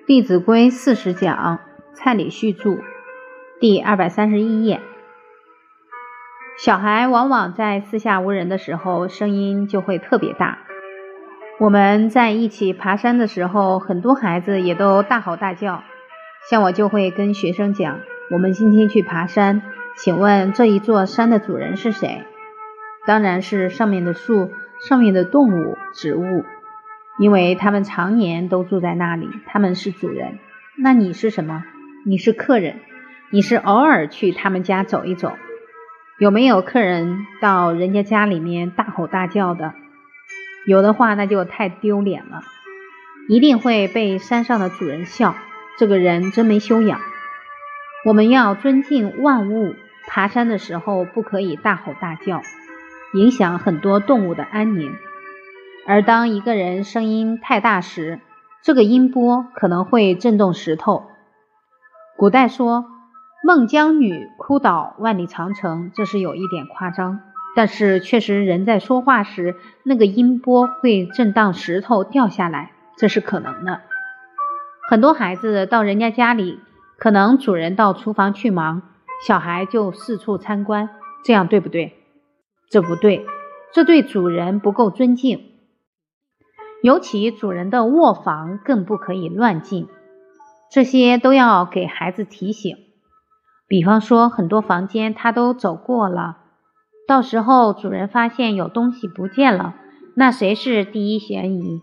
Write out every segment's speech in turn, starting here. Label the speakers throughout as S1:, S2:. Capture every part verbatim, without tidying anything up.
S1: 弟子规四十讲，蔡礼旭著，第二百三十一页。小孩往往在四下无人的时候，声音就会特别大。我们在一起爬山的时候，很多孩子也都大吼大叫。像我就会跟学生讲，我们今天去爬山，请问这一座山的主人是谁？当然是上面的树，上面的动物、植物，因为他们常年都住在那里，他们是主人。那你是什么？你是客人，你是偶尔去他们家走一走。有没有客人到人家家里面大吼大叫的？有的话那就太丢脸了，一定会被山上的主人笑，这个人真没修养。我们要尊敬万物，爬山的时候不可以大吼大叫，影响很多动物的安宁。而当一个人声音太大时，这个音波可能会震动石头。古代说孟姜女哭倒万里长城，这是有一点夸张，但是确实人在说话时，那个音波会震荡石头掉下来，这是可能的。很多孩子到人家家里，可能主人到厨房去忙，小孩就四处参观，这样对不对？这不对，这对主人不够尊敬。尤其主人的卧房更不可以乱进，这些都要给孩子提醒。比方说很多房间他都走过了，到时候主人发现有东西不见了，那谁是第一嫌疑？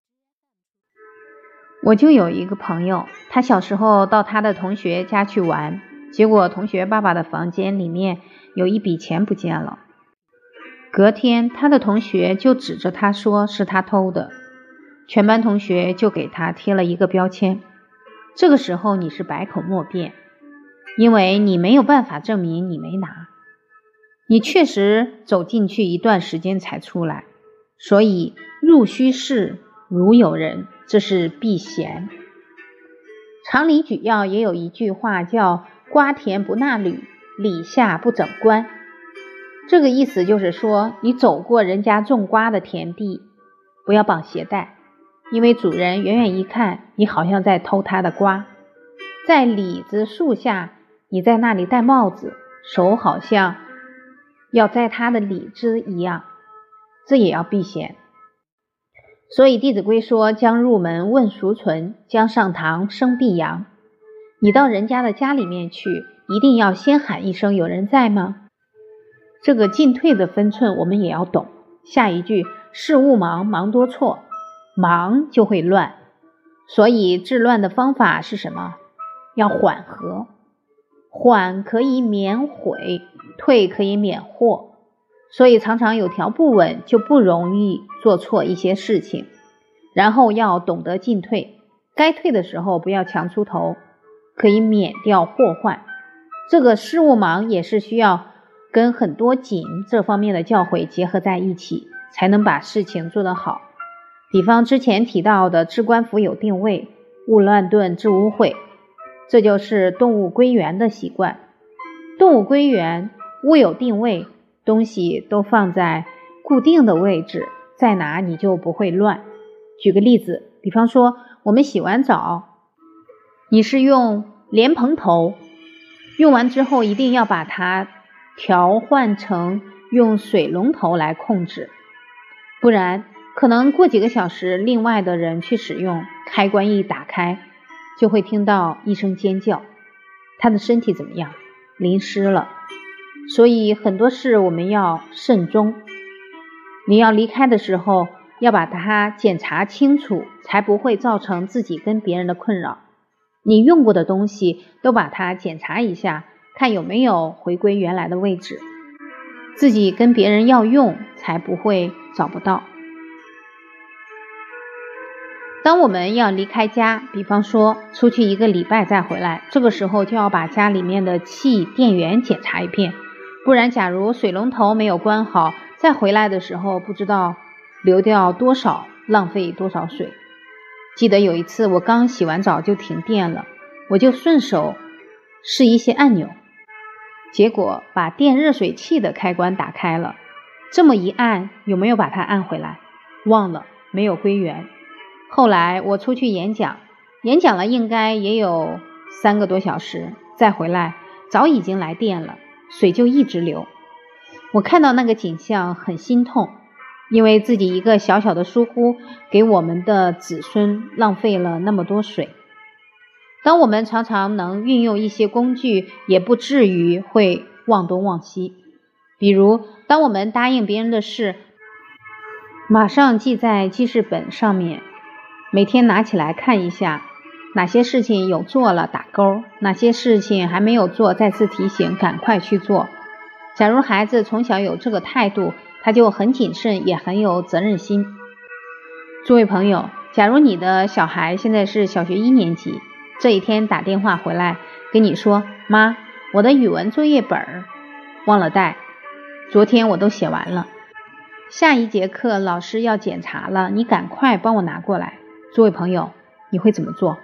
S1: 我就有一个朋友，他小时候到他的同学家去玩，结果同学爸爸的房间里面有一笔钱不见了。隔天他的同学就指着他说是他偷的，全班同学就给他贴了一个标签。这个时候你是百口莫辩，因为你没有办法证明你没拿，你确实走进去一段时间才出来，所以入虚室如有人，这是避嫌。常理举要也有一句话叫瓜田不纳履，李下不整棺。这个意思就是说，你走过人家种瓜的田地，不要绑鞋带，因为主人远远一看，你好像在偷他的瓜。在李子树下，你在那里戴帽子，手好像要摘他的李枝一样，这也要避嫌。所以弟子规说，将入门问孰存，将上堂生必扬。你到人家的家里面去，一定要先喊一声有人在吗？这个进退的分寸我们也要懂。下一句事勿忙，忙多错，忙就会乱，所以治乱的方法是什么？要缓和，缓可以免悔，退可以免祸，所以常常有条不紊，就不容易做错一些事情。然后要懂得进退，该退的时候不要强出头，可以免掉祸患。这个事勿忙也是需要跟很多谨这方面的教诲结合在一起，才能把事情做得好。比方之前提到的知官府有定位，勿乱顿知污秽，这就是动物归园的习惯。动物归园，物有定位，东西都放在固定的位置，在哪你就不会乱。举个例子，比方说我们洗完澡，你是用莲蓬头，用完之后一定要把它调换成用水龙头来控制，不然可能过几个小时另外的人去使用，开关一打开就会听到一声尖叫，他的身体怎么样？淋湿了。所以很多事我们要慎终，你要离开的时候要把它检查清楚，才不会造成自己跟别人的困扰。你用过的东西都把它检查一下，看有没有回归原来的位置，自己跟别人要用才不会找不到。当我们要离开家，比方说出去一个礼拜再回来，这个时候就要把家里面的气电源检查一遍，不然假如水龙头没有关好，再回来的时候不知道流掉多少，浪费多少水。记得有一次我刚洗完澡就停电了，我就顺手试一些按钮，结果把电热水器的开关打开了，这么一按，有没有把它按回来？忘了，没有归原。后来我出去演讲， 演讲了应该也有三个多小时，再回来早已经来电了，水就一直流。我看到那个景象很心痛，因为自己一个小小的疏忽，给我们的子孙浪费了那么多水。当我们常常能运用一些工具，也不至于会忘东忘西。比如当我们答应别人的事，马上记在记事本上面，每天拿起来看一下，哪些事情有做了打勾，哪些事情还没有做再次提醒，赶快去做。假如孩子从小有这个态度，他就很谨慎，也很有责任心。诸位朋友，假如你的小孩现在是小学一年级，这一天打电话回来跟你说，妈，我的语文作业本忘了带，昨天我都写完了，下一节课老师要检查了，你赶快帮我拿过来。诸位朋友，你会怎么做？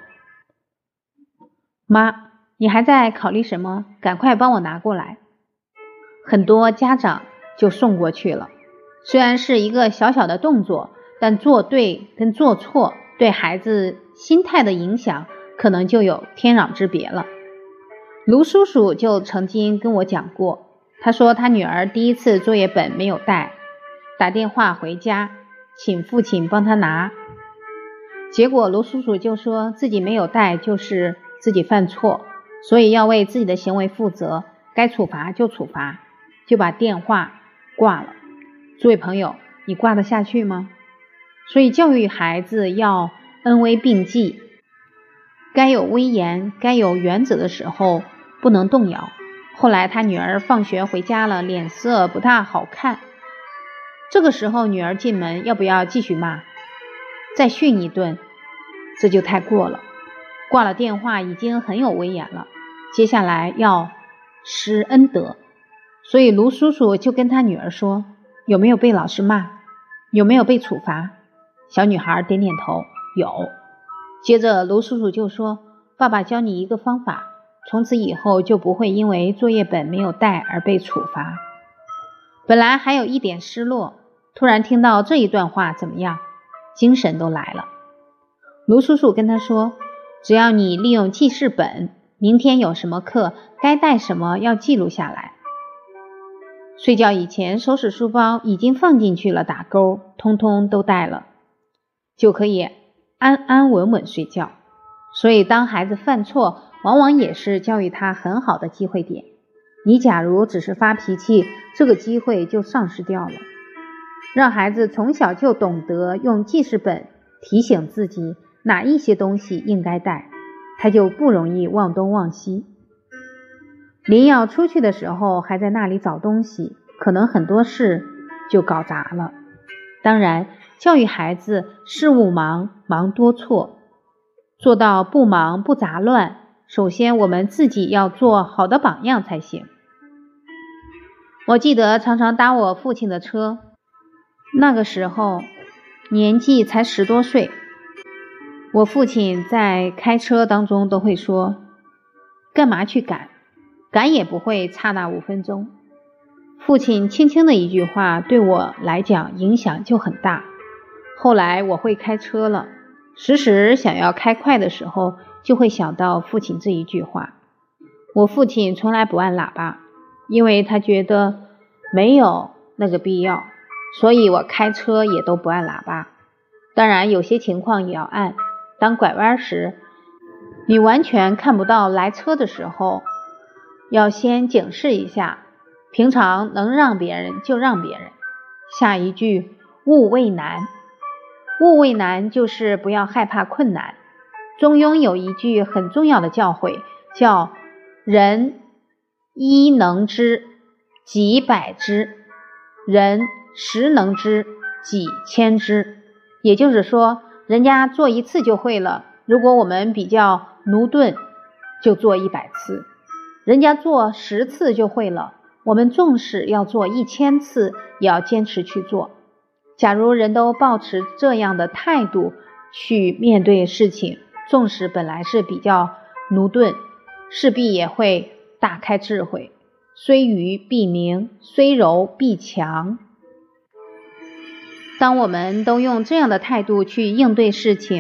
S1: 妈，你还在考虑什么？赶快帮我拿过来。很多家长就送过去了，虽然是一个小小的动作，但做对跟做错对孩子心态的影响可能就有天壤之别了。卢叔叔就曾经跟我讲过，他说他女儿第一次作业本没有带，打电话回家请父亲帮他拿，结果卢叔叔就说自己没有带就是自己犯错，所以要为自己的行为负责，该处罚就处罚，就把电话挂了。诸位朋友，你挂得下去吗？所以教育孩子要恩威并济，该有威严该有原则的时候不能动摇。后来他女儿放学回家了，脸色不大好看，这个时候女儿进门，要不要继续骂，再训一顿？这就太过了。挂了电话已经很有威严了，接下来要施恩德。所以卢叔叔就跟他女儿说，有没有被老师骂？有没有被处罚？小女孩点点头，有。接着卢叔叔就说，爸爸教你一个方法，从此以后就不会因为作业本没有带而被处罚。本来还有一点失落，突然听到这一段话怎么样？精神都来了。卢叔叔跟他说，只要你利用记事本，明天有什么课该带什么要记录下来，睡觉以前收拾书包已经放进去了打勾，通通都带了，就可以安安稳稳睡觉。所以当孩子犯错，往往也是教育他很好的机会点。你假如只是发脾气，这个机会就丧失掉了。让孩子从小就懂得用记事本提醒自己哪一些东西应该带，他就不容易忘东忘西。临要出去的时候还在那里找东西，可能很多事就搞砸了。当然，教育孩子事务忙，忙多错，做到不忙不杂乱，首先我们自己要做好的榜样才行。我记得常常搭我父亲的车，那个时候年纪才十多岁，我父亲在开车当中都会说，干嘛去赶，赶也不会差那五分钟。父亲轻轻的一句话对我来讲影响就很大。后来我会开车了，时时想要开快的时候，就会想到父亲这一句话。我父亲从来不按喇叭，因为他觉得没有那个必要，所以我开车也都不按喇叭。当然有些情况也要按，当拐弯时，你完全看不到来车的时候，要先警示一下，平常能让别人就让别人。下一句勿畏难，勿畏难就是不要害怕困难。中庸有一句很重要的教诲，叫人一能知，己百之；人十能知，己千之。也就是说，人家做一次就会了，如果我们比较驽钝，就做一百次；人家做十次就会了，我们纵使要做一千次，也要坚持去做。假如人都抱持这样的态度去面对事情，纵使本来是比较驽钝，势必也会大开智慧。虽愚必明，虽柔必强。当我们都用这样的态度去应对事情，很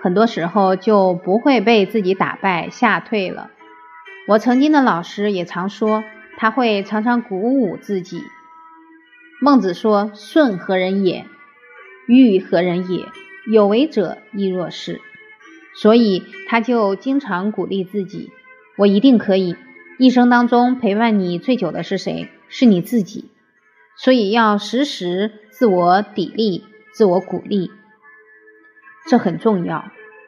S1: 很多时候就不会被自己打败吓退了。我曾经的老师也常说，他会常常鼓舞自己。孟子说，舜何人也？禹何人也？有为者亦若是。所以他就经常鼓励自己，我一定可以。一生当中陪伴你最久的是谁？是你自己。所以要时时自我砥砺，自我鼓励，这很重要。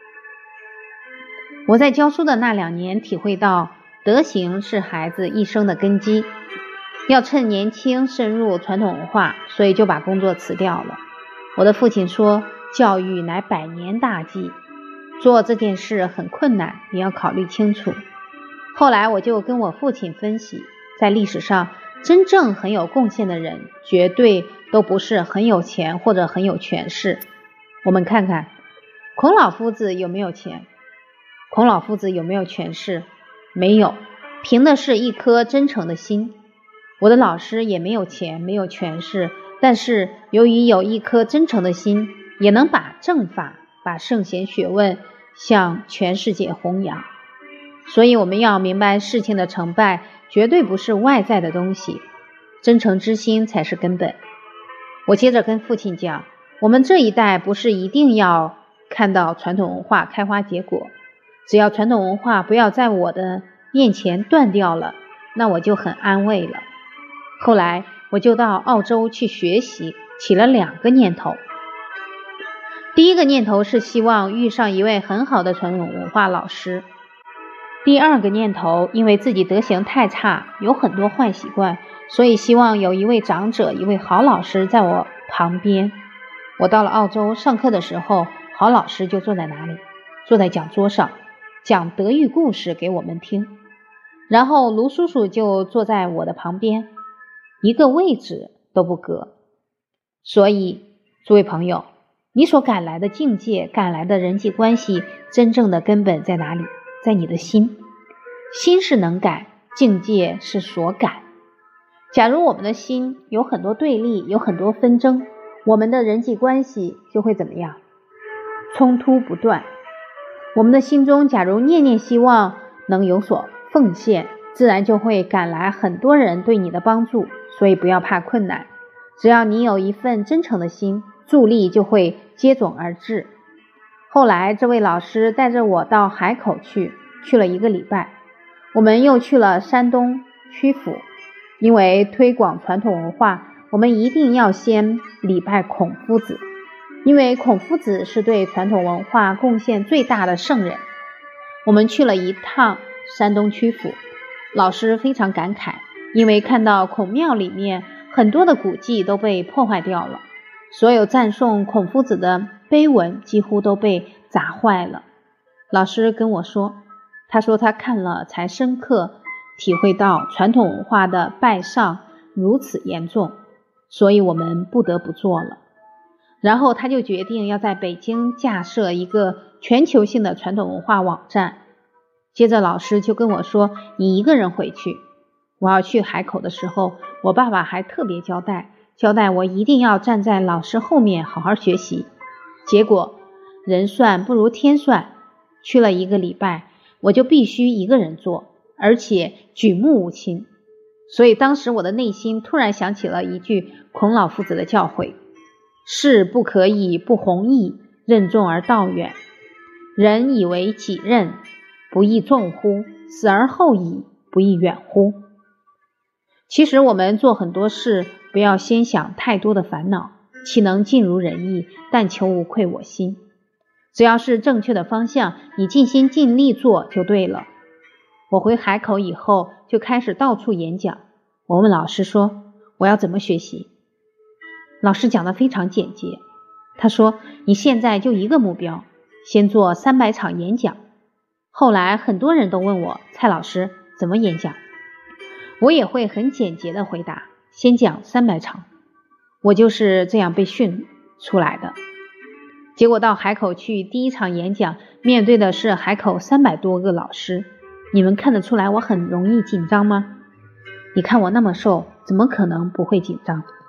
S1: 我在教书的那两年体会到，德行是孩子一生的根基，要趁年轻深入传统文化，所以就把工作辞掉了。我的父亲说，教育乃百年大计，做这件事很困难，你要考虑清楚。后来我就跟我父亲分析，在历史上真正很有贡献的人，绝对都不是很有钱或者很有权势。我们看看孔老夫子有没有钱？孔老夫子有没有权势？没有，凭的是一颗真诚的心。我的老师也没有钱，没有权势，但是由于有一颗真诚的心，也能把正法，把圣贤学问向全世界弘扬。所以我们要明白，事情的成败绝对不是外在的东西，真诚之心才是根本。我接着跟父亲讲，我们这一代不是一定要看到传统文化开花结果，只要传统文化不要在我的面前断掉了，那我就很安慰了。后来我就到澳洲去学习，起了两个念头。第一个念头是希望遇上一位很好的传统文化老师。第二个念头，因为自己德行太差，有很多坏习惯，所以希望有一位长者，一位好老师在我旁边。我到了澳洲上课的时候，好老师就坐在哪里？坐在讲桌上，讲德育故事给我们听。然后卢叔叔就坐在我的旁边，一个位置都不隔。所以诸位朋友，你所赶来的境界，赶来的人际关系，真正的根本在哪里？在你的心。心是能改，境界是所改。假如我们的心有很多对立，有很多纷争，我们的人际关系就会怎么样？冲突不断。我们的心中假如念念希望能有所奉献，自然就会赶来很多人对你的帮助。所以不要怕困难，只要你有一份真诚的心，助力就会接踵而至。后来这位老师带着我到海口去，去了一个礼拜。我们又去了山东曲阜，因为推广传统文化，我们一定要先礼拜孔夫子，因为孔夫子是对传统文化贡献最大的圣人。我们去了一趟山东曲阜，老师非常感慨，因为看到孔庙里面很多的古迹都被破坏掉了，所有赞颂孔夫子的碑文几乎都被砸坏了。老师跟我说，他说他看了才深刻体会到传统文化的败丧如此严重，所以我们不得不做了。然后他就决定要在北京架设一个全球性的传统文化网站。接着老师就跟我说，你一个人回去。我要去海口的时候，我爸爸还特别交代交代我一定要站在老师后面好好学习。结果人算不如天算，去了一个礼拜，我就必须一个人做，而且举目无亲。所以当时我的内心突然想起了一句孔老夫子的教诲，事不可以不弘毅，任重而道远。人以为己任，不亦重乎？死而后已，不亦远乎？其实我们做很多事，不要先想太多的烦恼，岂能尽如人意？但求无愧我心。只要是正确的方向，你尽心尽力做就对了。我回海口以后，就开始到处演讲。我问老师说，我要怎么学习？老师讲得非常简洁，他说，你现在就一个目标，先做三百场演讲。后来很多人都问我，蔡老师怎么演讲？我也会很简洁的回答，先讲三百场。我就是这样被训出来的。结果到海口去第一场演讲，面对的是海口三百多个老师。你们看得出来我很容易紧张吗？你看我那么瘦，怎么可能不会紧张？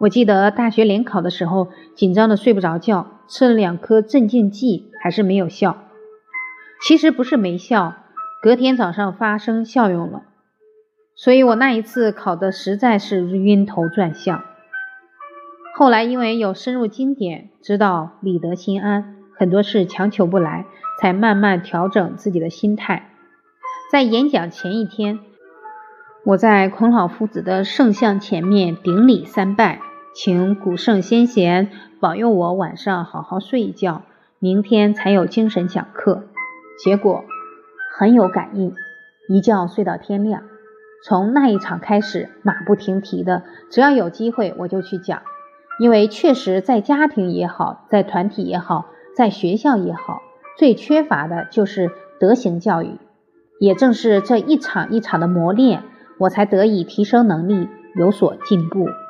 S1: 我记得大学联考的时候，紧张的睡不着觉，吃了两颗镇静剂，还是没有效。其实不是没效，隔天早上发生效用了。所以我那一次考的实在是晕头转向。后来因为有深入经典，知道理得心安，很多事强求不来，才慢慢调整自己的心态。在演讲前一天，我在孔老夫子的圣像前面顶礼三拜，请古圣先贤保佑我晚上好好睡一觉，明天才有精神讲课。结果很有感应，一觉睡到天亮。从那一场开始，马不停蹄的，只要有机会我就去讲。因为确实在家庭也好，在团体也好，在学校也好，最缺乏的就是德行教育。也正是这一场一场的磨练，我才得以提升能力，有所进步。